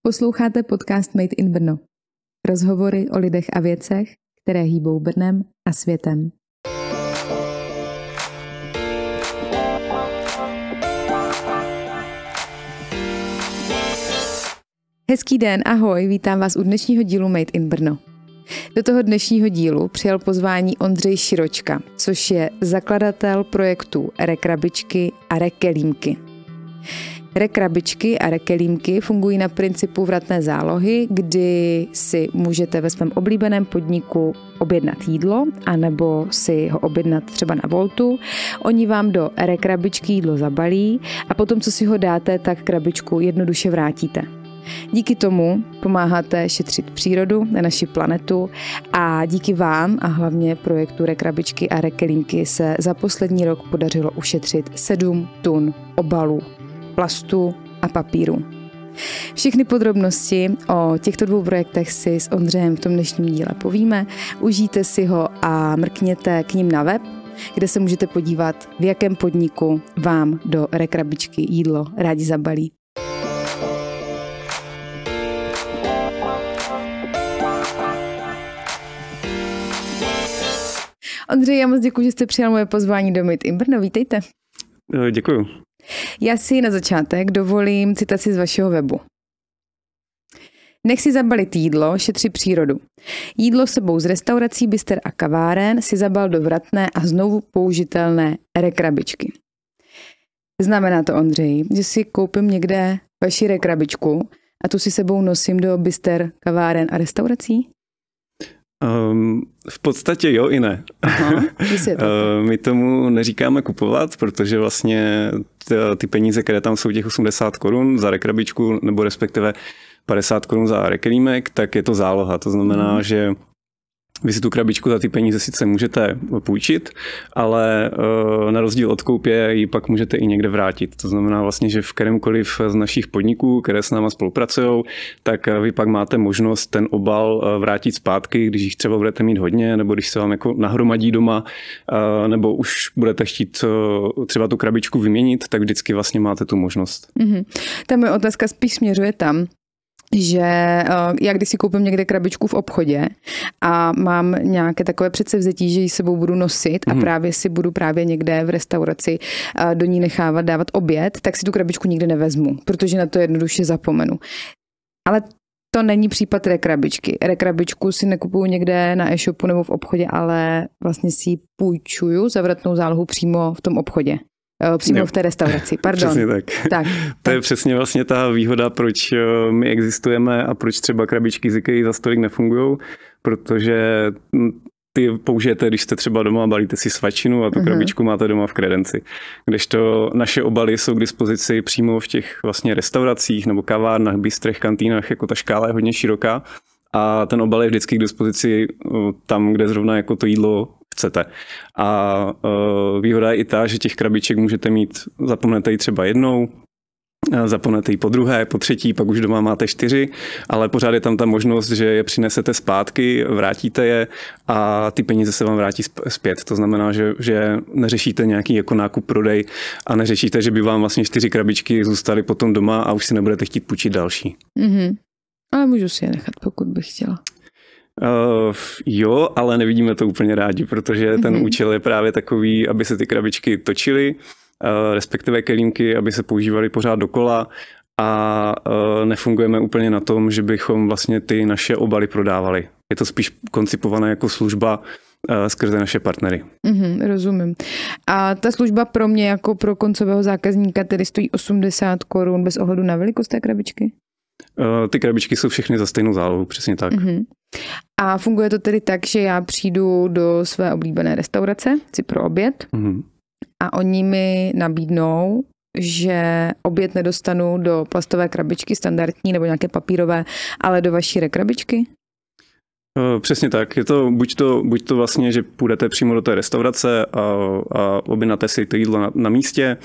Posloucháte podcast Made in Brno. Rozhovory o lidech a věcech, které hýbou Brnem a světem. Hezký den, ahoj, vítám vás u dnešního dílu Made in Brno. Do toho dnešního dílu přijal pozvání Ondřej Širočka, což je zakladatel projektu Rekrabičky a Rekelímky. Rekrabičky a Rekelímky fungují na principu vratné zálohy, kdy si můžete ve svém oblíbeném podniku objednat jídlo, anebo si ho objednat třeba na Voltu. Oni vám do Rekrabičky jídlo zabalí a potom, co si ho dáte, tak krabičku jednoduše vrátíte. Díky tomu pomáháte šetřit přírodu na naši planetu a díky vám a hlavně projektu Rekrabičky a Rekelímky se za poslední rok podařilo ušetřit 7 tun obalů, plastu a papíru. Všechny podrobnosti o těchto dvou projektech si s Ondřejem v tom dnešním díle povíme. Užijte si ho a mrkněte k nim na web, kde se můžete podívat, v jakém podniku vám do Rekrabičky jídlo rádi zabalí. Ondřej, já moc děkuji, že jste přijal moje pozvání do Made in Brno. Vítejte. Děkuju. Já si na začátek dovolím citaci z vašeho webu. Nech si zabalit jídlo, šetři přírodu. Jídlo sebou z restaurací, byster a kaváren si zabal do vratné a znovu použitelné rekrabičky. Znamená to, Ondřej, že si koupím někde vaši rekrabičku a tu si sebou nosím do byster, kaváren a restaurací? V podstatě jo i ne. Aha, my tomu neříkáme kupovat, protože vlastně ty peníze, které tam jsou těch 80 korun za rekrabičku, nebo respektive 50 korun za rekelímek, tak je to záloha. To znamená, že vy si tu krabičku za ty peníze sice můžete půjčit, ale na rozdíl od koupě ji pak můžete i někde vrátit. To znamená vlastně, že v kterémkoliv z našich podniků, které s náma spolupracují, tak vy pak máte možnost ten obal vrátit zpátky, když jich třeba budete mít hodně, nebo když se vám jako nahromadí doma, nebo už budete chtít třeba tu krabičku vyměnit, tak vždycky vlastně máte tu možnost. Mm-hmm. Ta moje otázka spíš směřuje tam, že já když si koupím někde krabičku v obchodě a mám nějaké takové předsevzetí, že ji sebou budu nosit a právě si budu někde v restauraci do ní nechávat dávat oběd, tak si tu krabičku nikdy nevezmu, protože na to jednoduše zapomenu. Ale to není případ rekrabičky. Rekrabičku si nekupuju někde na e-shopu nebo v obchodě, ale vlastně si ji půjčuju za vratnou zálohu přímo v tom obchodě. Přímo v té restauraci, pardon. Přesně tak. To je přesně vlastně ta výhoda, proč my existujeme a proč třeba krabičky z IKEA za stolik nefungují, protože ty použijete, když jste třeba doma a balíte si svačinu a tu krabičku máte doma v kredenci. Kdežto naše obaly jsou k dispozici přímo v těch vlastně restauracích nebo kavárnách, bistrech, kantýnách, jako ta škála je hodně široká a ten obal je vždycky k dispozici tam, kde zrovna jako to jídlo chcete. A výhoda je i ta, že těch krabiček můžete mít, zapomnete ji třeba jednou, zapomnete ji po druhé, po třetí, pak už doma máte 4, ale pořád je tam ta možnost, že je přinesete zpátky, vrátíte je a ty peníze se vám vrátí zpět. To znamená, že neřešíte nějaký jako nákup, prodej a neřešíte, že by vám vlastně 4 krabičky zůstaly potom doma a už si nebudete chtít půjčit další. Mm-hmm. Ale můžu si je nechat, pokud bych chtěla. Jo, ale nevidíme to úplně rádi, protože ten účel je právě takový, aby se ty krabičky točily, respektive kelímky, aby se používaly pořád dokola a nefungujeme úplně na tom, že bychom vlastně ty naše obaly prodávali. Je to spíš koncipované jako služba skrze naše partnery. Rozumím. A ta služba pro mě jako pro koncového zákazníka tedy stojí 80 korun bez ohledu na velikost té krabičky? Ty krabičky jsou všechny za stejnou zálohu, přesně tak. A funguje to tedy tak, že já přijdu do své oblíbené restaurace, si pro oběd, a oni mi nabídnou, že oběd nedostanu do plastové krabičky standardní nebo nějaké papírové, ale do vaší rekrabičky? Přesně tak. Je to buď to vlastně, že půjdete přímo do té restaurace a objednáte si to jídlo na místě,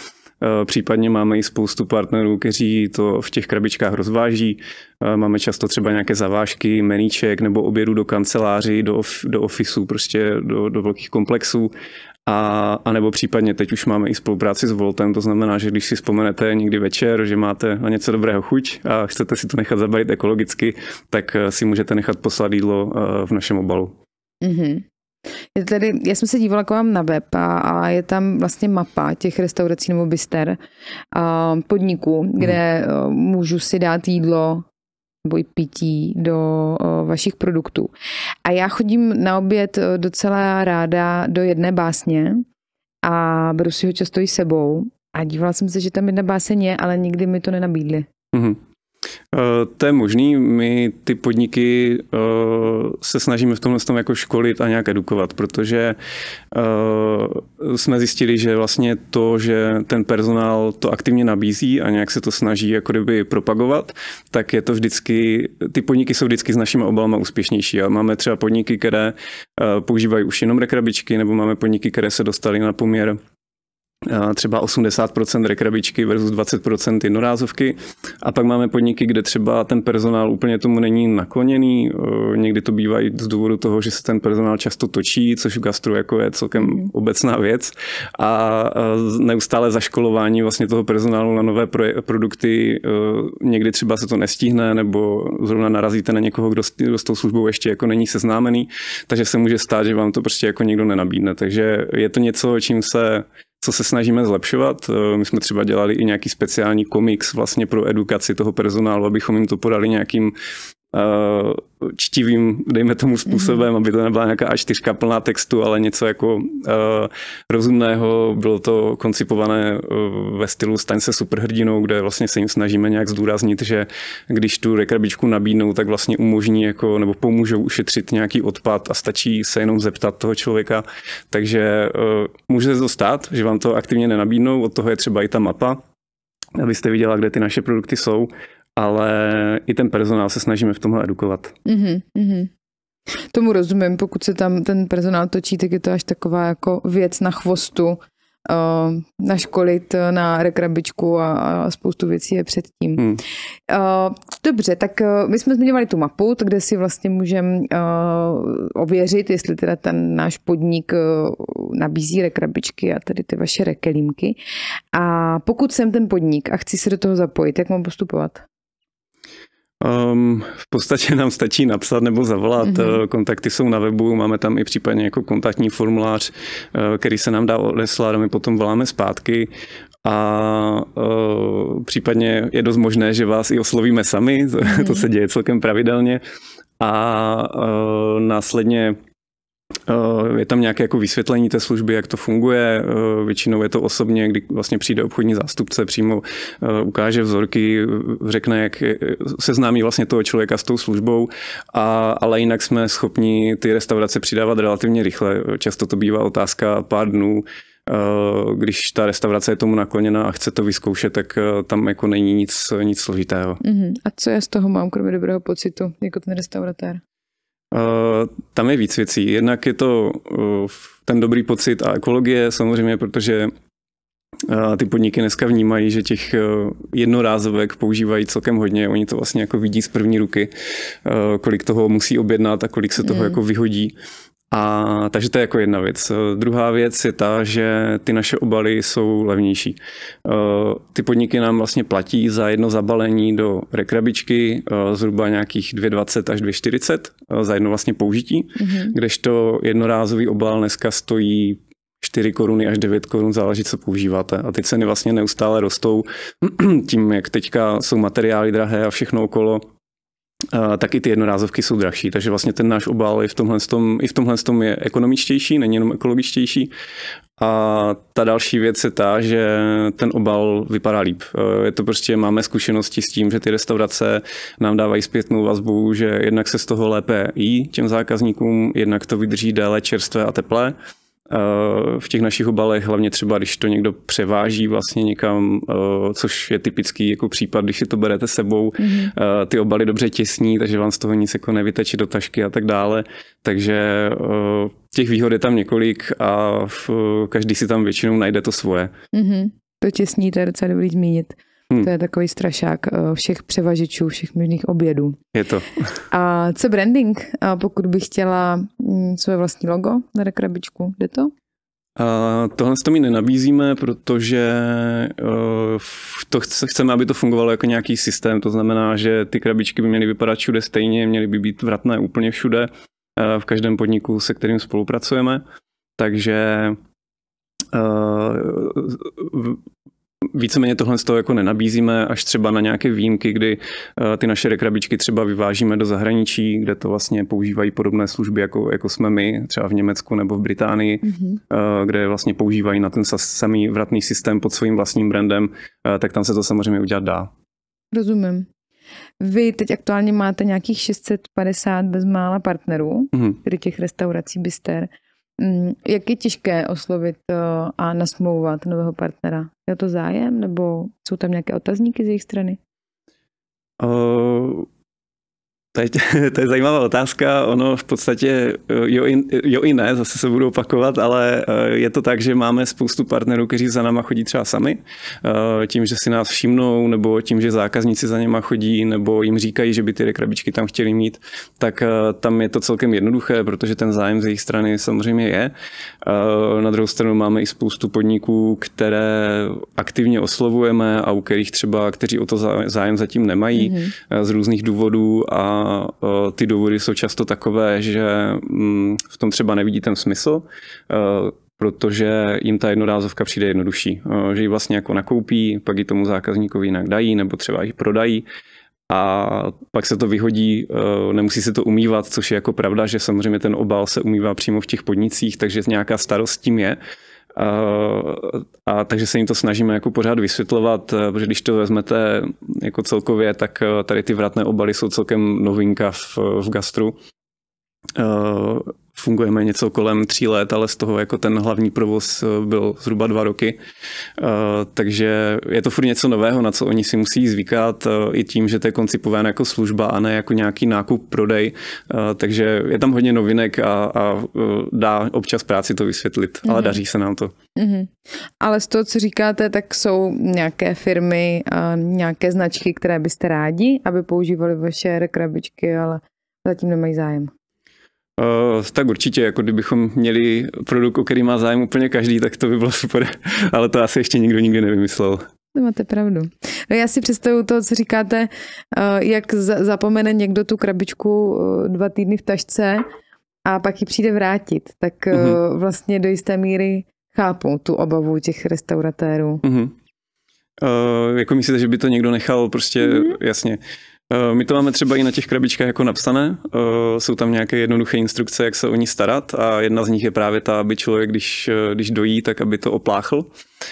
Případně máme i spoustu partnerů, kteří to v těch krabičkách rozváží. Máme často třeba nějaké zavážky, meníček nebo obědu do kanceláří, do ofisů, prostě do velkých komplexů. A nebo případně teď už máme i spolupráci s Voltem, to znamená, že když si vzpomenete někdy večer, že máte na něco dobrého chuť a chcete si to nechat zabalit ekologicky, tak si můžete nechat poslat jídlo v našem obalu. Mm-hmm. Já jsem se dívala k vám na web a je tam vlastně mapa těch restaurací nebo bister podniků, kde můžu si dát jídlo nebo i pití do vašich produktů. A já chodím na oběd docela ráda do jedné básně a beru si ho často i sebou. A dívala jsem se, že tam jedna báseň je, ale nikdy mi to nenabídli. Mm-hmm. To je možný, my ty podniky se snažíme v tomhle tom jako školit a nějak edukovat, protože jsme zjistili, že vlastně to, že ten personál to aktivně nabízí a nějak se to snaží jako kdyby propagovat, tak je to vždycky, ty podniky jsou vždycky s našimi obalama úspěšnější. A máme třeba podniky, které používají už jenom rekrabičky, nebo máme podniky, které se dostaly na poměr třeba 80% rekrabičky versus 20% jednorázovky. A pak máme podniky, kde třeba ten personál úplně tomu není nakloněný. Někdy to bývá i z důvodu toho, že se ten personál často točí, což v gastru jako je celkem obecná věc. A neustále zaškolování vlastně toho personálu na nové produkty. Někdy třeba se to nestihne, nebo zrovna narazíte na někoho, kdo s tou službou ještě jako není seznámený. Takže se může stát, že vám to prostě jako nikdo nenabídne. Takže je to něco, co se snažíme zlepšovat. My jsme třeba dělali i nějaký speciální komiks vlastně pro edukaci toho personálu, abychom jim to podali nějakým čtivým, dejme tomu způsobem, aby to nebyla nějaká A4 plná textu, ale něco jako rozumného. Bylo to koncipované ve stylu Staň se superhrdinou, kde vlastně se jim snažíme nějak zdůraznit, že když tu rekrabičku nabídnou, tak vlastně umožní jako, nebo pomůžou ušetřit nějaký odpad a stačí se jenom zeptat toho člověka. Takže může se to stát, že vám to aktivně nenabídnou, od toho je třeba i ta mapa, abyste viděla, kde ty naše produkty jsou. Ale i ten personál se snažíme v tomhle edukovat. Mm-hmm. Tomu rozumím, pokud se tam ten personál točí, tak je to až taková jako věc na chvostu, naškolit na rekrabičku a spoustu věcí je předtím. Dobře, tak my jsme zmiňovali tu mapu, kde si vlastně můžeme ověřit, jestli teda ten náš podnik nabízí rekrabičky a tedy ty vaše rekelímky. A pokud jsem ten podnik a chci se do toho zapojit, jak mám postupovat? V podstatě nám stačí napsat nebo zavolat. Kontakty jsou na webu, máme tam i případně jako kontaktní formulář, který se nám dá odeslat a my potom voláme zpátky. A případně je dost možné, že vás i oslovíme sami, to se děje celkem pravidelně. A následně je tam nějaké jako vysvětlení té služby, jak to funguje. Většinou je to osobně, kdy vlastně přijde obchodní zástupce, přímo ukáže vzorky, řekne, jak seznámí vlastně toho člověka s tou službou, ale jinak jsme schopni ty restaurace přidávat relativně rychle. Často to bývá otázka pár dnů. Když ta restaurace je tomu nakloněna a chce to vyzkoušet, tak tam jako není nic složitého. A co já z toho mám, kromě dobrého pocitu, jako ten restauratér? Tam je víc věcí. Jednak je to ten dobrý pocit a ekologie samozřejmě, protože ty podniky dneska vnímají, že těch jednorázovek používají celkem hodně. Oni to vlastně jako vidí z první ruky, kolik toho musí objednat a kolik se toho jako vyhodí. Takže to je jako jedna věc. Druhá věc je ta, že ty naše obaly jsou levnější. Ty podniky nám vlastně platí za jedno zabalení do rekrabičky zhruba nějakých 2,20 až 2,40 za jedno vlastně použití, kdežto jednorázový obal dneska stojí 4 koruny až 9 korun, záleží, co používáte. A ty ceny vlastně neustále rostou tím, jak teďka jsou materiály drahé a všechno okolo, tak i ty jednorázovky jsou drahší. Takže vlastně ten náš obal je v tomhle je ekonomičtější, není jenom ekologičtější. A ta další věc je ta, že ten obal vypadá líp. Je to prostě, máme zkušenosti s tím, že ty restaurace nám dávají zpětnou vazbu, že jednak se z toho lépe jí těm zákazníkům, jednak to vydrží déle čerstvé a teplé. V těch našich obalech, hlavně třeba, když to někdo převáží vlastně někam, což je typický jako případ, když si to berete sebou, ty obaly dobře těsní, takže vám z toho nic jako nevyteče do tašky a tak dále. Takže těch výhod je tam několik a každý si tam většinou najde to svoje. To těsní, to je docela dobrý zmínit. To je takový strašák všech převažičů, všech možných obědů. Je to. A co branding? A pokud bych chtěla své vlastní logo na krabičku, jde to? Tohle to my nenabízíme, protože chceme, aby to fungovalo jako nějaký systém. To znamená, že ty krabičky by měly vypadat všude stejně, měly by být vratné úplně všude, v každém podniku, se kterým spolupracujeme. Takže víceméně tohle z toho jako nenabízíme, až třeba na nějaké výjimky, kdy ty naše krabičky třeba vyvážíme do zahraničí, kde to vlastně používají podobné služby, jako jsme my, třeba v Německu nebo v Británii, kde vlastně používají na ten samý vratný systém pod svým vlastním brandem, tak tam se to samozřejmě udělat dá. Rozumím. Vy teď aktuálně máte nějakých 650 bezmála partnerů, tedy těch restaurací Bister. Jak je těžké oslovit a nasmlouvat nového partnera? Je to zájem, nebo jsou tam nějaké otazníky z jejich strany? To je zajímavá otázka. Ono v podstatě jo i ne, zase se budu opakovat, ale je to tak, že máme spoustu partnerů, kteří za náma chodí třeba sami. Tím, že si nás všimnou, nebo tím, že zákazníci za něma chodí, nebo jim říkají, že by ty krabičky tam chtěli mít, tak tam je to celkem jednoduché, protože ten zájem z jejich strany samozřejmě je. Na druhou stranu máme i spoustu podniků, které aktivně oslovujeme a u kterých kteří o to zájem zatím nemají z různých důvodů a ty důvody jsou často takové, že v tom třeba nevidí ten smysl, protože jim ta jednorázovka přijde jednodušší. Že ji vlastně jako nakoupí, pak ji tomu zákazníkovi jinak dají, nebo třeba ji prodají a pak se to vyhodí, nemusí se to umývat, což je jako pravda, že samozřejmě ten obal se umývá přímo v těch podnicích, takže nějaká starost tím je. A takže se jim to snažíme jako pořád vysvětlovat, protože když to vezmete jako celkově, tak tady ty vratné obaly jsou celkem novinka v gastru. Fungujeme něco kolem 3 let, ale z toho jako ten hlavní provoz byl zhruba 2 roky. Takže je to furt něco nového, na co oni si musí zvykat, i tím, že to je koncipováno jako služba a ne jako nějaký nákup, prodej. Takže je tam hodně novinek a dá občas práci to vysvětlit, ale daří se nám to. Ale z toho, co říkáte, tak jsou nějaké firmy a nějaké značky, které byste rádi, aby používali vaše krabičky, ale zatím nemají zájem. Tak určitě, jako kdybychom měli produkt, o který má zájem úplně každý, tak to by bylo super, ale to asi ještě nikdo nikdy nevymyslel. To máte pravdu. No já si představuju to, co říkáte, jak zapomene někdo tu krabičku 2 týdny v tašce a pak ji přijde vrátit, tak vlastně do jisté míry chápu tu obavu těch restauratérů. Jako myslíte, že by to někdo nechal prostě, jasně. My to máme třeba i na těch krabičkách jako napsané. Jsou tam nějaké jednoduché instrukce, jak se o ní starat a jedna z nich je právě ta, aby člověk, když dojí, tak aby to opláchl.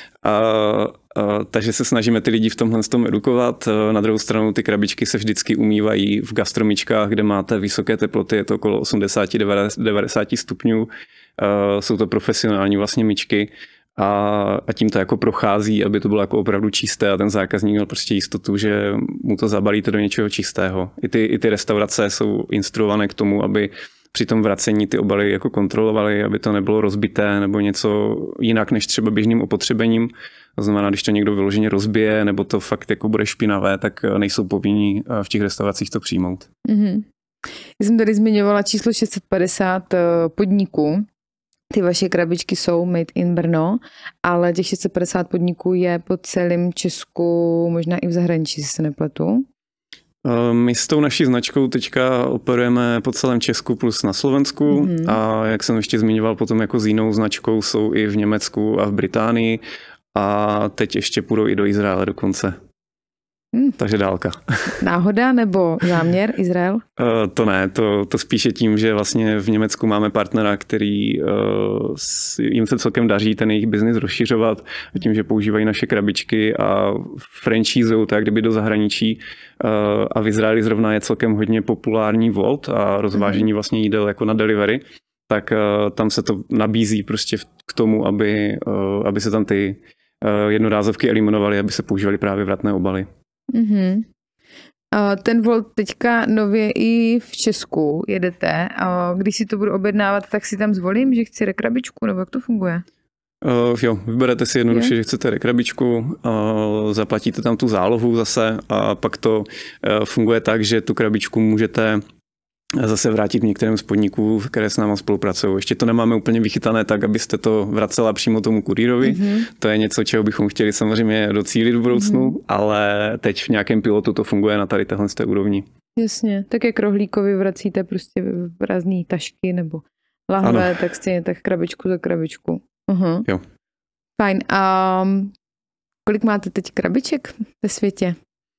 Takže se snažíme ty lidi v tomhle tom edukovat. Na druhou stranu ty krabičky se vždycky umývají v gastromičkách, kde máte vysoké teploty, je to okolo 80-90 stupňů. Jsou to profesionální vlastně myčky. A tím to jako prochází, aby to bylo jako opravdu čisté a ten zákazník měl prostě jistotu, že mu to zabalíte do něčeho čistého. I ty restaurace jsou instruované k tomu, aby při tom vracení ty obaly jako kontrolovali, aby to nebylo rozbité nebo něco jinak než třeba běžným opotřebením. To znamená, když to někdo vyloženě rozbije nebo to fakt jako bude špinavé, tak nejsou povinní v těch restauracích to přijmout. Já jsem tady zmiňovala číslo 650 podniků. Ty vaše krabičky jsou made in Brno, ale těch 650 podniků je po celém Česku, možná i v zahraničí, si se nepletu. My s tou naší značkou teďka operujeme po celém Česku plus na Slovensku a jak jsem ještě zmiňoval, potom jako s jinou značkou jsou i v Německu a v Británii a teď ještě půjdou i do Izraele dokonce. Takže dálka. Náhoda nebo záměr Izrael? To ne, to spíše tím, že vlastně v Německu máme partnera, který jim se celkem daří ten jejich biznis rozšiřovat a tím, že používají naše krabičky a franchízou tak kdyby do zahraničí a v Izraeli zrovna je celkem hodně populární Wolt a rozvážení vlastně jídel jako na delivery, tak tam se to nabízí prostě k tomu, aby se tam ty jednorázovky eliminovaly, aby se používaly právě vratné obaly. Ten Wolt teďka nově i v Česku jedete. Když si to budu objednávat, tak si tam zvolím, že chci krabičku, nebo jak to funguje? Jo, vyberete si jednoduše, že chcete krabičku, zaplatíte tam tu zálohu zase a pak to funguje tak, že tu krabičku můžete zase vrátit v některém z podniků, které s náma spolupracují. Ještě to nemáme úplně vychytané tak, abyste to vracela přímo tomu kurýrovi. To je něco, čeho bychom chtěli samozřejmě docílit v budoucnu, ale teď v nějakém pilotu to funguje na tady téhle úrovni. Jasně, tak jak rohlíkovi vracíte prostě v rázný tašky nebo lahve, tak stejně tak krabičku za krabičku. Jo. Fajn. A kolik máte teď krabiček ve světě?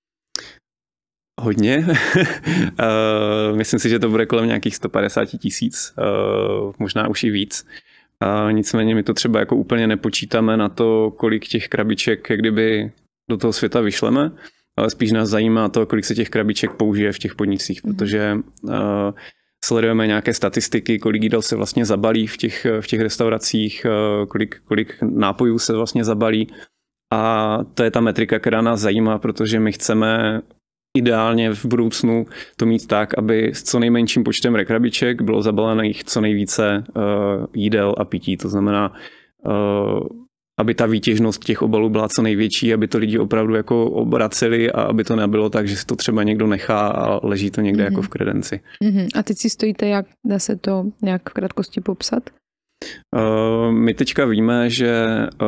Hodně. Myslím si, že to bude kolem nějakých 150 000, možná už i víc. Nicméně my to třeba jako úplně nepočítáme na to, kolik těch krabiček jak kdyby do toho světa vyšleme, ale spíš nás zajímá to, kolik se těch krabiček použije v těch podnicích, protože sledujeme nějaké statistiky, kolik jídel se vlastně zabalí v těch restauracích, kolik nápojů se vlastně zabalí. A to je ta metrika, která nás zajímá, protože my chceme ideálně v budoucnu to mít tak, aby s co nejmenším počtem rekrabiček bylo zabalených co nejvíce jídel a pití. To znamená, aby ta výtěžnost těch obalů byla co největší, aby to lidi opravdu jako obraceli a aby to nebylo tak, že si to třeba někdo nechá a leží to někde jako v kredenci. A teď si stojíte, jak dá se to nějak v krátkosti popsat? My teďka víme, že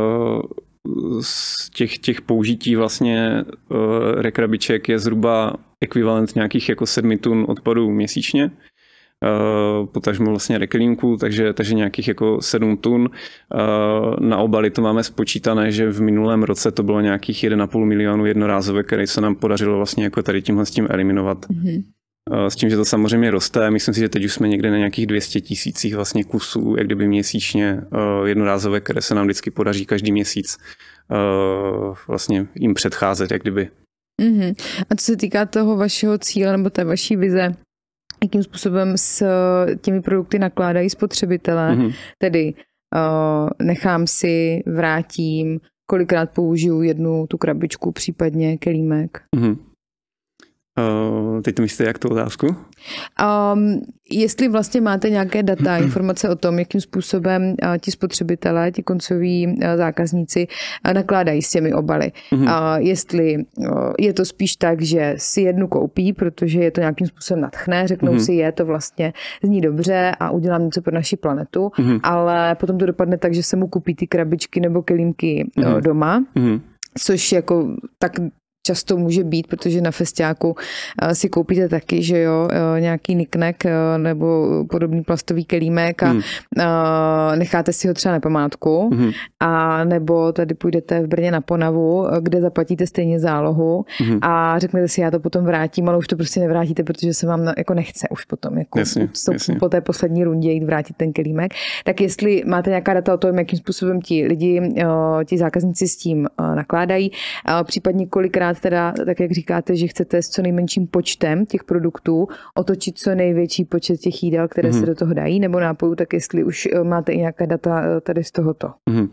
z těch použití vlastně rekrabiček je zhruba ekvivalent nějakých jako 7 tun odpadů měsíčně. Potažmo vlastně rekelímků, takže nějakých jako 7 tun. Na obaly to máme spočítané, že v minulém roce to bylo nějakých 1,5 milionu jednorázovek, které se nám podařilo vlastně jako tady tímhle s tím eliminovat. S tím, že to samozřejmě roste. Myslím si, že teď už jsme někde na nějakých 200 000 vlastně kusů, jak kdyby měsíčně jednorázovek, které se nám vždycky podaří každý měsíc vlastně jim předcházet, jak kdyby. A co se týká toho vašeho cíle nebo té vaší vize, jakým způsobem s těmi produkty nakládají spotřebitelé, tedy nechám si, vrátím, kolikrát použiju jednu tu krabičku, případně kelímek. Teď to myslíte jak tu otázku? Jestli vlastně máte nějaké data, informace o tom, jakým způsobem ti spotřebitelé, ti koncoví zákazníci nakládají s těmi obaly. Jestli je to spíš tak, že si jednu koupí, protože je to nějakým způsobem nadchne, řeknou si, je to vlastně zní dobře a udělám něco pro naši planetu, ale potom to dopadne tak, že se mu koupí ty krabičky nebo kelímky doma, což jako tak často může být, protože na festiáku si koupíte taky, že jo, nějaký niknek nebo podobný plastový kelímek a necháte si ho třeba na památku a nebo tady půjdete v Brně na Ponavu, kde zaplatíte stejně zálohu a řeknete si, já to potom vrátím, ale už to prostě nevrátíte, protože se vám jako nechce už potom jako jasně. po té poslední rundě jít vrátit ten kelímek. Tak jestli máte nějaká data o tom, jakým způsobem ti lidi, ti zákazníci s tím nakládají, případně kolikrát teda, tak jak říkáte, že chcete s co nejmenším počtem těch produktů otočit co největší počet těch jídel, které se do toho dají, nebo nápojů, tak jestli už máte i nějaké data tady z tohoto.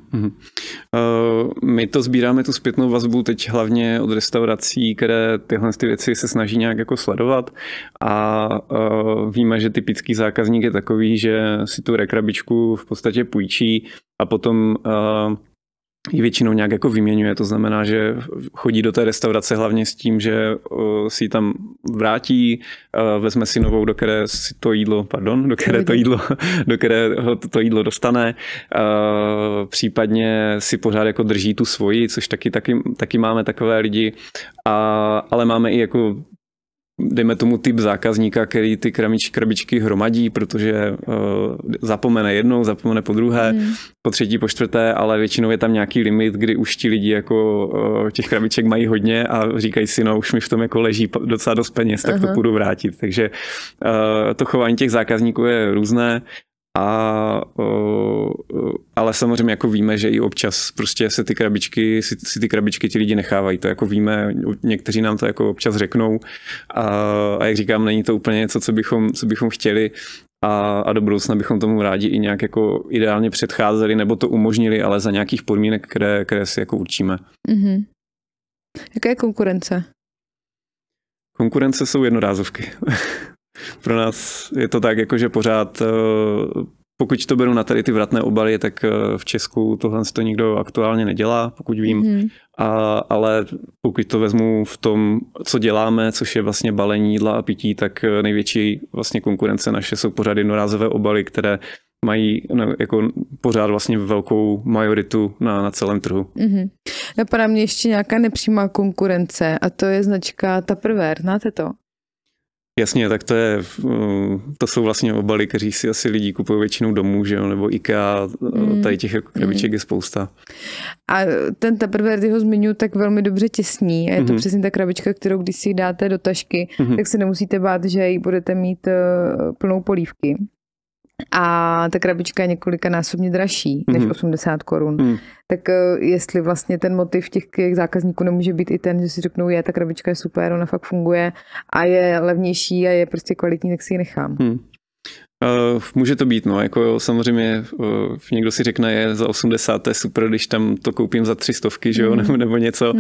My to sbíráme tu zpětnou vazbu teď hlavně od restaurací, které tyhle ty věci se snaží nějak jako sledovat a víme, že typický zákazník je takový, že si tu rekrabičku v podstatě půjčí a potom ji většinou nějak jako vyměňuje, to znamená, že chodí do té restaurace hlavně s tím, že si ji tam vrátí, vezme si novou, do které to jídlo dostane, případně si pořád jako drží tu svoji, což taky máme takové lidi, ale máme i jako dejme tomu typ zákazníka, který ty krabičky hromadí, protože zapomene jednou, zapomene po druhé, po třetí, po čtvrté, ale většinou je tam nějaký limit, kdy už ti lidi jako těch krabiček mají hodně a říkají si, no už mi v tom jako leží docela dost peněz, tak to půjdu vrátit. Takže to chování těch zákazníků je různé. Ale samozřejmě jako víme, že i občas prostě si ty krabičky ti lidi nechávají, to jako víme, někteří nám to jako občas řeknou a jak říkám, není to úplně něco, co bychom chtěli a do budoucna bychom tomu rádi i nějak jako ideálně předcházeli nebo to umožnili, ale za nějakých podmínek, které si jako určíme. Jaká je konkurence? Konkurence jsou jednorázovky. Pro nás je to tak, jako že pořád pokud to beru na tady ty vratné obaly, tak v Česku tohle to nikdo aktuálně nedělá, pokud vím. Ale pokud to vezmu v tom, co děláme, což je vlastně balení jídla a pití, tak největší vlastně konkurence naše jsou pořád jednorázové obaly, které mají jako pořád vlastně velkou majoritu na celém trhu. Napadá mě ještě nějaká nepřímá konkurence a to je značka Tupperware, znáte to? Jasně, tak to jsou vlastně obaly, kteří si asi lidi kupují většinou domů, že jo, nebo IKEA, tady těch jako krabiček je spousta. A ten Tupperware, ty ho zmiňuji tak velmi dobře těsní a je to přesně ta krabička, kterou když si ji dáte do tašky, tak se nemusíte bát, že ji budete mít plnou polívky. A ta krabička je několikanásobně dražší než 80 korun. Tak jestli vlastně ten motiv těch zákazníků nemůže být i ten, že si řeknou, ta krabička je super, ona fakt funguje a je levnější a je prostě kvalitní, tak si ji nechám. Může to být, no, jako samozřejmě někdo si řekne, je za 80, to je super, když tam to koupím za 300, že jo, nebo něco.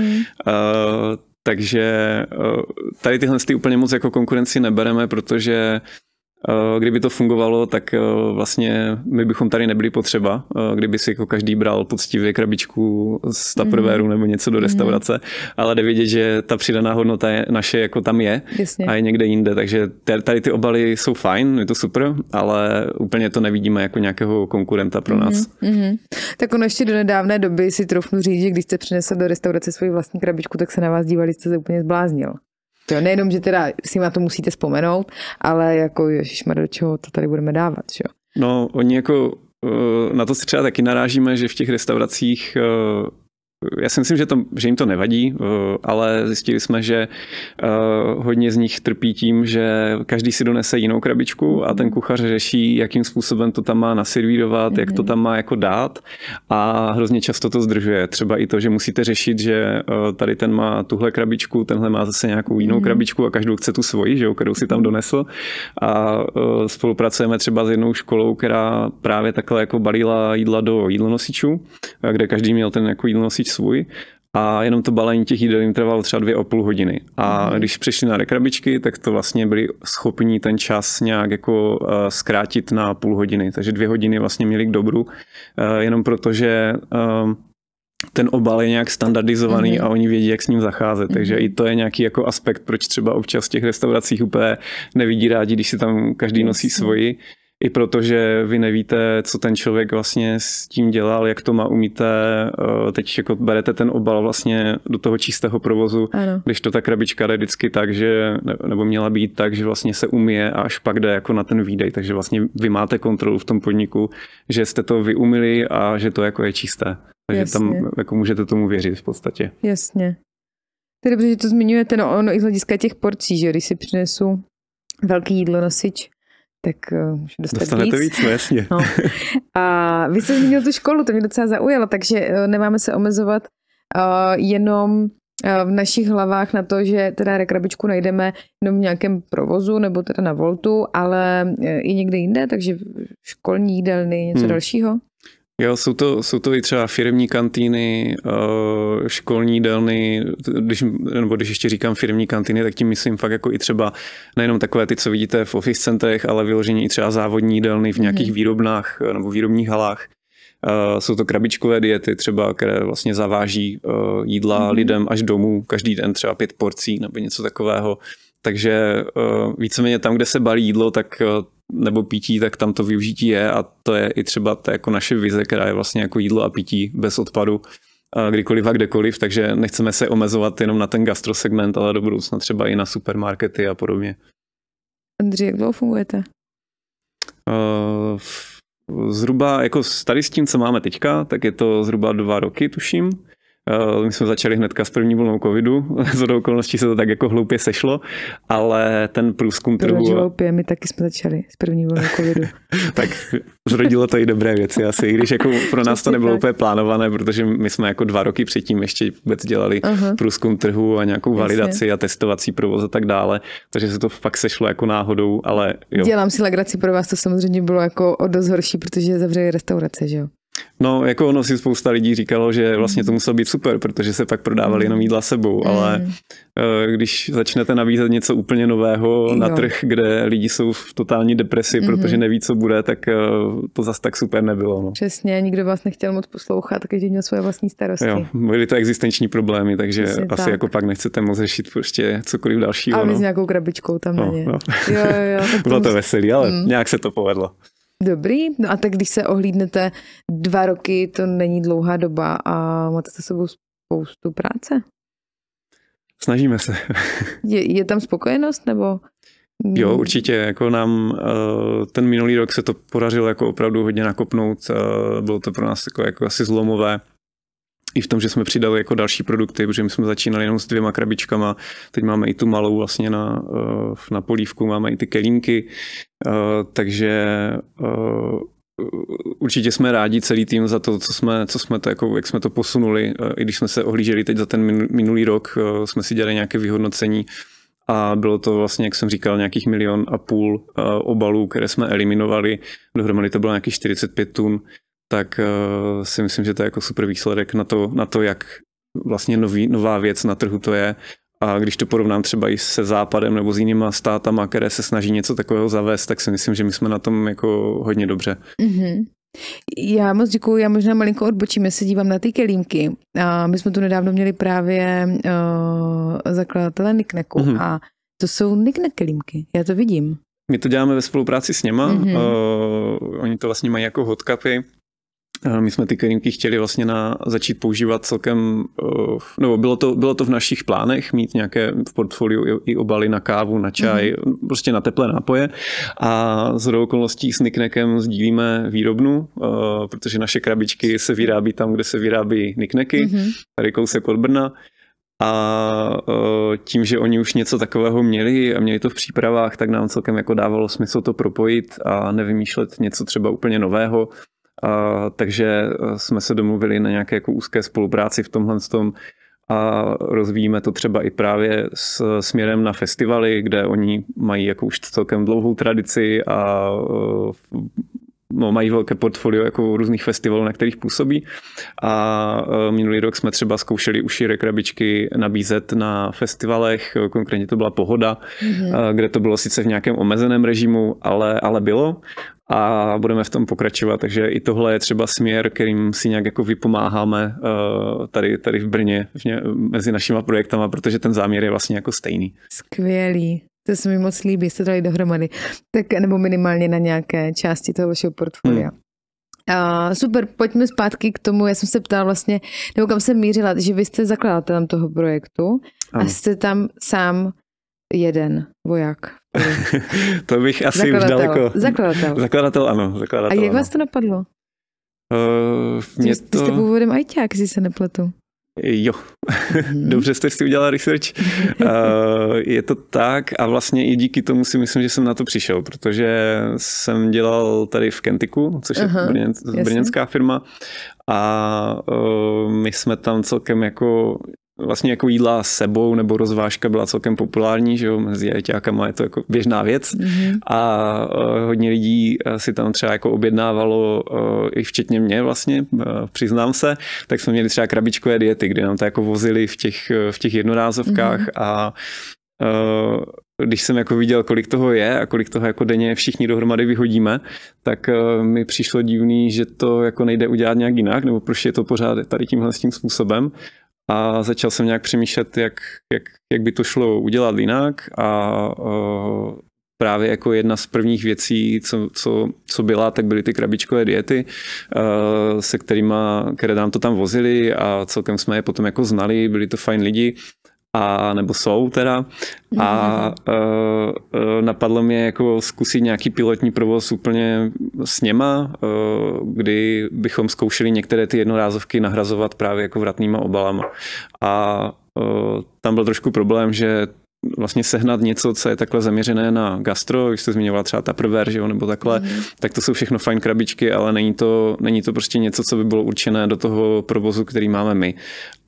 Takže tady tyhle úplně moc jako konkurenci nebereme, protože kdyby to fungovalo, tak vlastně my bychom tady nebyli potřeba, kdyby si jako každý bral poctivě krabičku z Tupperwareu nebo něco do restaurace, ale jde vidět, že ta přidaná hodnota je naše jako tam je. Jasně. A je někde jinde, takže tady ty obaly jsou fajn, je to super, ale úplně to nevidíme jako nějakého konkurenta pro nás. Tak ono ještě do nedávné doby si troufnu říct, že když jste přinesl do restaurace svoji vlastní krabičku, tak se na vás dívali, jste se úplně zbláznil. To nejenom, že teda si na to musíte vzpomenout, ale jako ježišmarja, do čeho to tady budeme dávat, že jo? No, oni jako na to si třeba taky narážíme, že v těch restauracích já si myslím, že jim to nevadí, ale zjistili jsme, že hodně z nich trpí tím, že každý si donese jinou krabičku a ten kuchař řeší, jakým způsobem to tam má naservírovat, jak to tam má jako dát a hrozně často to zdržuje. Třeba i to, že musíte řešit, že tady ten má tuhle krabičku, tenhle má zase nějakou jinou krabičku a každou chce tu svoji, že jo, kterou si tam donesl. A spolupracujeme třeba s jednou školou, která právě takhle jako balila jídla do jídlonosičů, kde každý měl ten jako jídlonosič svůj a jenom to balení těch jídel jim trvalo třeba 2,5 hodiny. A když přišli na rekrabičky, tak to vlastně byli schopni ten čas nějak jako zkrátit na půl hodiny. Takže 2 hodiny vlastně měli k dobru, jenom protože ten obal je nějak standardizovaný a oni vědí, jak s ním zacházet. Takže i to je nějaký jako aspekt, proč třeba občas v těch restauracích úplně nevidí rádi, když si tam každý nosí svoji. I protože vy nevíte, co ten člověk vlastně s tím dělal, jak to má umíte. Teď jako berete ten obal vlastně do toho čistého provozu, když to ta krabička jde vždycky tak, že, nebo měla být tak, že vlastně se umije a až pak jde jako na ten výdej. Takže vlastně vy máte kontrolu v tom podniku, že jste to vyumili a že to jako je čisté. Takže tam jako můžete tomu věřit v podstatě. Jasně. To je dobře, že to zmiňujete, ono i z hlediska těch porcí, že když si přinesu velký jídlonosič, tak můžu dostanete víc, no jasně. No. A vy jste zmínil tu školu, to mě docela zaujalo, takže nemáme se omezovat jenom v našich hlavách na to, že teda rekrabičku najdeme jenom v nějakém provozu nebo teda na Voltu, ale i někde jinde, takže školní jídelny, něco dalšího? Jo, jsou to i třeba firemní kantýny, školní jídelny, když ještě říkám firemní kantýny, tak tím myslím fakt jako i třeba nejenom takové ty, co vidíte v office centrech, ale vyložení i třeba závodní jídelny v nějakých výrobnách nebo výrobních halách. Jsou to krabičkové diety třeba, které vlastně zaváží jídla lidem až domů, každý den třeba 5 porcí nebo něco takového. Takže víceméně tam, kde se balí jídlo, tak nebo pití, tak tam to využití je a to je i třeba ta jako naše vize, která je vlastně jako jídlo a pití bez odpadu, kdykoliv a kdekoliv, takže nechceme se omezovat jenom na ten gastrosegment, ale do budoucna třeba i na supermarkety a podobně. Andřej, jak dlouho fungujete? Zhruba jako tady s tím, co máme teďka, tak je to zhruba 2 roky, tuším. My jsme začali hnedka s první vlnou covidu, shodou okolností se to tak jako hloupě sešlo, ale ten průzkum trhu... Hloupě, my taky jsme začali s první vlnou covidu. Tak zrodilo to i dobré věci asi, i když jako pro nás to nebylo úplně plánované, protože my jsme jako 2 roky předtím ještě vůbec dělali průzkum trhu a nějakou validaci a testovací provoz a tak dále, takže se to fakt sešlo jako náhodou, ale jo. Dělám si legraci, pro vás to samozřejmě bylo jako o dost horší, protože zavřeli restaurace, že jo? No, jako ono si spousta lidí říkalo, že vlastně to muselo být super, protože se pak prodávali jenom jídla sebou, ale když začnete nabízet něco úplně nového na trh, kde lidi jsou v totální depresi, protože neví, co bude, tak to zas tak super nebylo. No. Přesně, nikdo vás nechtěl moc poslouchat, každý měl svoje vlastní starosti. Jo, byly to existenční problémy, takže přesně asi tak. Jako pak nechcete moc řešit prostě cokoliv dalšího. A my s nějakou krabičkou tam na ně. No. Jo, bylo to veselý, ale nějak se to povedlo. Dobrý, no a tak když se ohlídnete 2 roky, to není dlouhá doba a máte se sebou spoustu práce. Snažíme se. Je tam spokojenost nebo? Jo, určitě, jako nám ten minulý rok se to podařilo jako opravdu hodně nakopnout, bylo to pro nás jako asi zlomové. I v tom, že jsme přidali jako další produkty, protože my jsme začínali jenom s 2 krabičkama, teď máme i tu malou vlastně na polívku, máme i ty kelímky, takže určitě jsme rádi celý tým za to, co jsme to, jako, jak jsme to posunuli, i když jsme se ohlíželi teď za ten minulý rok, jsme si dělali nějaké vyhodnocení a bylo to vlastně, jak jsem říkal, nějakých 1,5 milionu obalů, které jsme eliminovali, dohromady to bylo nějakých 45 tun. Tak si myslím, že to je jako super výsledek na to, jak vlastně nová věc na trhu to je. A když to porovnám třeba i se Západem nebo s jinýma státama, které se snaží něco takového zavést, tak si myslím, že my jsme na tom jako hodně dobře. Mm-hmm. Já moc děkuju, já možná malinko odbočím, já se dívám na ty kelímky. A my jsme tu nedávno měli právě zakladatele Nikneku a to jsou Nikne kelímky, já to vidím. My to děláme ve spolupráci s něma, oni to vlastně mají jako hot cupy. My jsme ty kelímky chtěli vlastně začít používat celkem, nebo bylo to v našich plánech mít nějaké v portfoliu i obaly na kávu, na čaj, prostě na teplé nápoje. A shodou okolností s Niknekem sdílíme výrobnu, protože naše krabičky se vyrábí tam, kde se vyrábí Nikneky, tady kousek od Brna. A tím, že oni už něco takového měli a měli to v přípravách, tak nám celkem jako dávalo smysl to propojit a nevymýšlet něco třeba úplně nového. Takže jsme se domluvili na nějaké jako úzké spolupráci v tomhle tom a rozvíjíme to třeba i právě s směrem na festivaly, kde oni mají jako už celkem dlouhou tradici a mají velké portfolio jako různých festivalů, na kterých působí. A minulý rok jsme třeba zkoušeli ušírek krabičky nabízet na festivalech, konkrétně to byla Pohoda, kde to bylo sice v nějakém omezeném režimu, ale bylo. A budeme v tom pokračovat, takže i tohle je třeba směr, kterým si nějak jako vypomáháme tady v Brně mezi našima projektama, protože ten záměr je vlastně jako stejný. Skvělý. To se mi moc líbí, jste dali dohromady. Tak, nebo minimálně na nějaké části toho vašeho portfolia. Super, pojďme zpátky k tomu, já jsem se ptala vlastně, nebo kam jsem mířila, že vy jste zakladatelem toho projektu a jste tam sám jeden voják. To bych asi už daleko... Zakladatel, ano. A jak vás to napadlo? Vy jste původem ajťák, jestli se nepletu. Jo, dobře jste si udělala research. Je to tak a vlastně i díky tomu si myslím, že jsem na to přišel, protože jsem dělal tady v Kentyku, což je brněnská firma a my jsme tam celkem jako vlastně jako jídla s sebou nebo rozvážka byla celkem populární, že jo, mezi ajťákama je to jako běžná věc a hodně lidí si tam třeba jako objednávalo, i včetně mě vlastně, přiznám se, tak jsme měli třeba krabičkové diety, kde nám to jako vozili v těch jednorázovkách a když jsem jako viděl, kolik toho je a kolik toho jako denně všichni dohromady vyhodíme, tak mi přišlo divný, že to jako nejde udělat nějak jinak, nebo proč je to pořád tady tímhle s tím způsobem. A začal jsem nějak přemýšlet, jak by to šlo udělat jinak a právě jako jedna z prvních věcí, co byla, tak byly ty krabičkové diety, které nám to tam vozili a celkem jsme je potom jako znali, byli to fajn lidi. Nebo jsou teda. A napadlo mě jako zkusit nějaký pilotní provoz úplně s něma, kdy bychom zkoušeli některé ty jednorázovky nahrazovat právě jako vratnýma obalama. A tam byl trošku problém, že vlastně sehnat něco, co je takhle zaměřené na gastro, když jste zmiňovala třeba Tupperware, že jo, nebo takhle, tak to jsou všechno fajn krabičky, ale není to prostě něco, co by bylo určené do toho provozu, který máme my.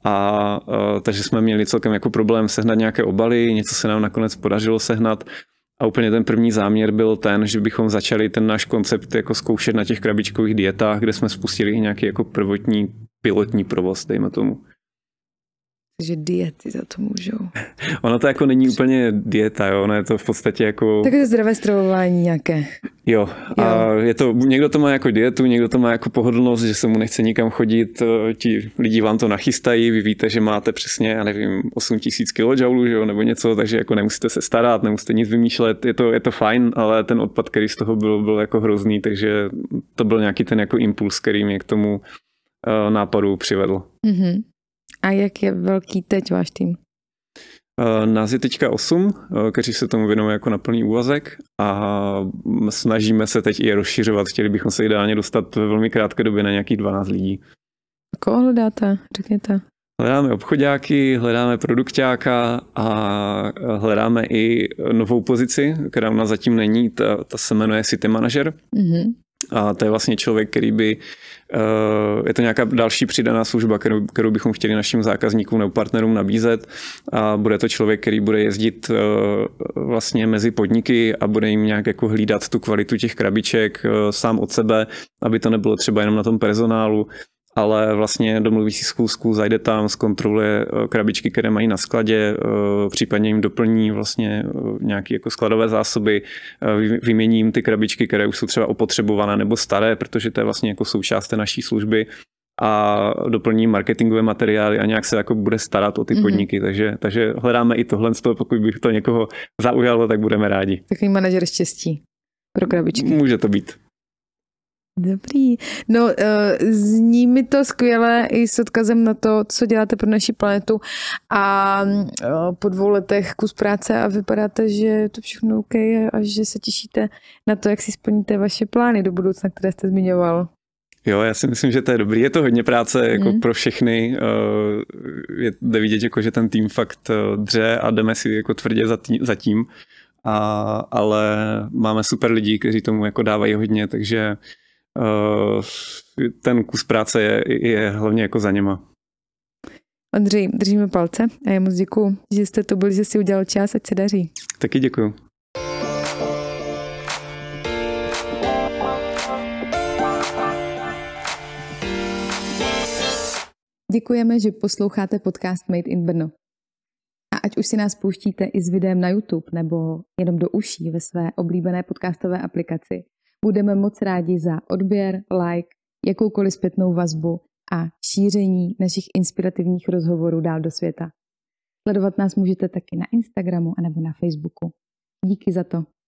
Takže jsme měli celkem jako problém sehnat nějaké obaly, něco se nám nakonec podařilo sehnat A úplně ten první záměr byl ten, že bychom začali ten náš koncept jako zkoušet na těch krabičkových dietách, kde jsme spustili i nějaký jako prvotní pilotní provoz, dejme tomu. Takže diety za to můžou. Ono to jako není úplně dieta, jo? Ono je to v podstatě jako... Tak je to zdravé stravování nějaké. Jo. A je to, někdo to má jako dietu, někdo to má jako pohodlnost, že se mu nechce nikam chodit, ti lidi vám to nachystají, vy víte, že máte přesně, já nevím, 8000 kJ, že jo, nebo něco, takže jako nemusíte se starat, nemusíte nic vymýšlet, je to fajn, ale ten odpad, který z toho byl jako hrozný, takže to byl nějaký ten jako impuls, který mě k tomu nápadu přivedl. Mm-hmm. A jak je velký teď váš tým? Nás je teďka 8, kteří se tomu věnují jako na plný úvazek a snažíme se teď i rozšiřovat. Chtěli bychom se ideálně dostat ve velmi krátké době na nějakých 12 lidí. Koho hledáte? Řekněte. Hledáme obchoďáky, hledáme produkťáka a hledáme i novou pozici, která u nás zatím není. Ta se jmenuje City Manager. Mm-hmm. A to je vlastně člověk, který by, je to nějaká další přidaná služba, kterou bychom chtěli našim zákazníkům nebo partnerům nabízet. A bude to člověk, který bude jezdit vlastně mezi podniky a bude jim nějak jako hlídat tu kvalitu těch krabiček sám od sebe, aby to nebylo třeba jenom na tom personálu, ale vlastně domluví si schůzku, zajde tam, zkontroluje krabičky, které mají na skladě, případně jim doplní vlastně nějaké jako skladové zásoby, vymění jim ty krabičky, které už jsou třeba opotřebované nebo staré, protože to je vlastně jako součást té naší služby a doplní marketingové materiály a nějak se jako bude starat o ty podniky, takže hledáme i tohle, pokud by to někoho zaujalo, tak budeme rádi. Takový manažer štěstí pro krabičky. Může to být. Dobrý. No, zní mi to skvěle i s odkazem na to, co děláte pro naši planetu a po 2 letech kus práce a vypadáte, že je to všechno OK a že se těšíte na to, jak si splníte vaše plány do budoucna, které jste zmiňoval. Jo, já si myslím, že to je dobrý. Je to hodně práce jako pro všechny. Jde vidět, jako, že ten tým fakt dře a jdeme si jako tvrdě za tím. Ale máme super lidi, kteří tomu jako dávají hodně, takže ten kus práce je hlavně jako za něma. Ondřej, držíme palce a já moc děkuju, že jste to byli, že si udělal čas, ať se daří. Taky děkuju. Děkujeme, že posloucháte podcast Made in Brno. A ať už si nás pouštíte i s videem na YouTube nebo jenom do uší ve své oblíbené podcastové aplikaci, budeme moc rádi za odběr, like, jakoukoliv zpětnou vazbu a šíření našich inspirativních rozhovorů dál do světa. Sledovat nás můžete taky na Instagramu anebo na Facebooku. Díky za to.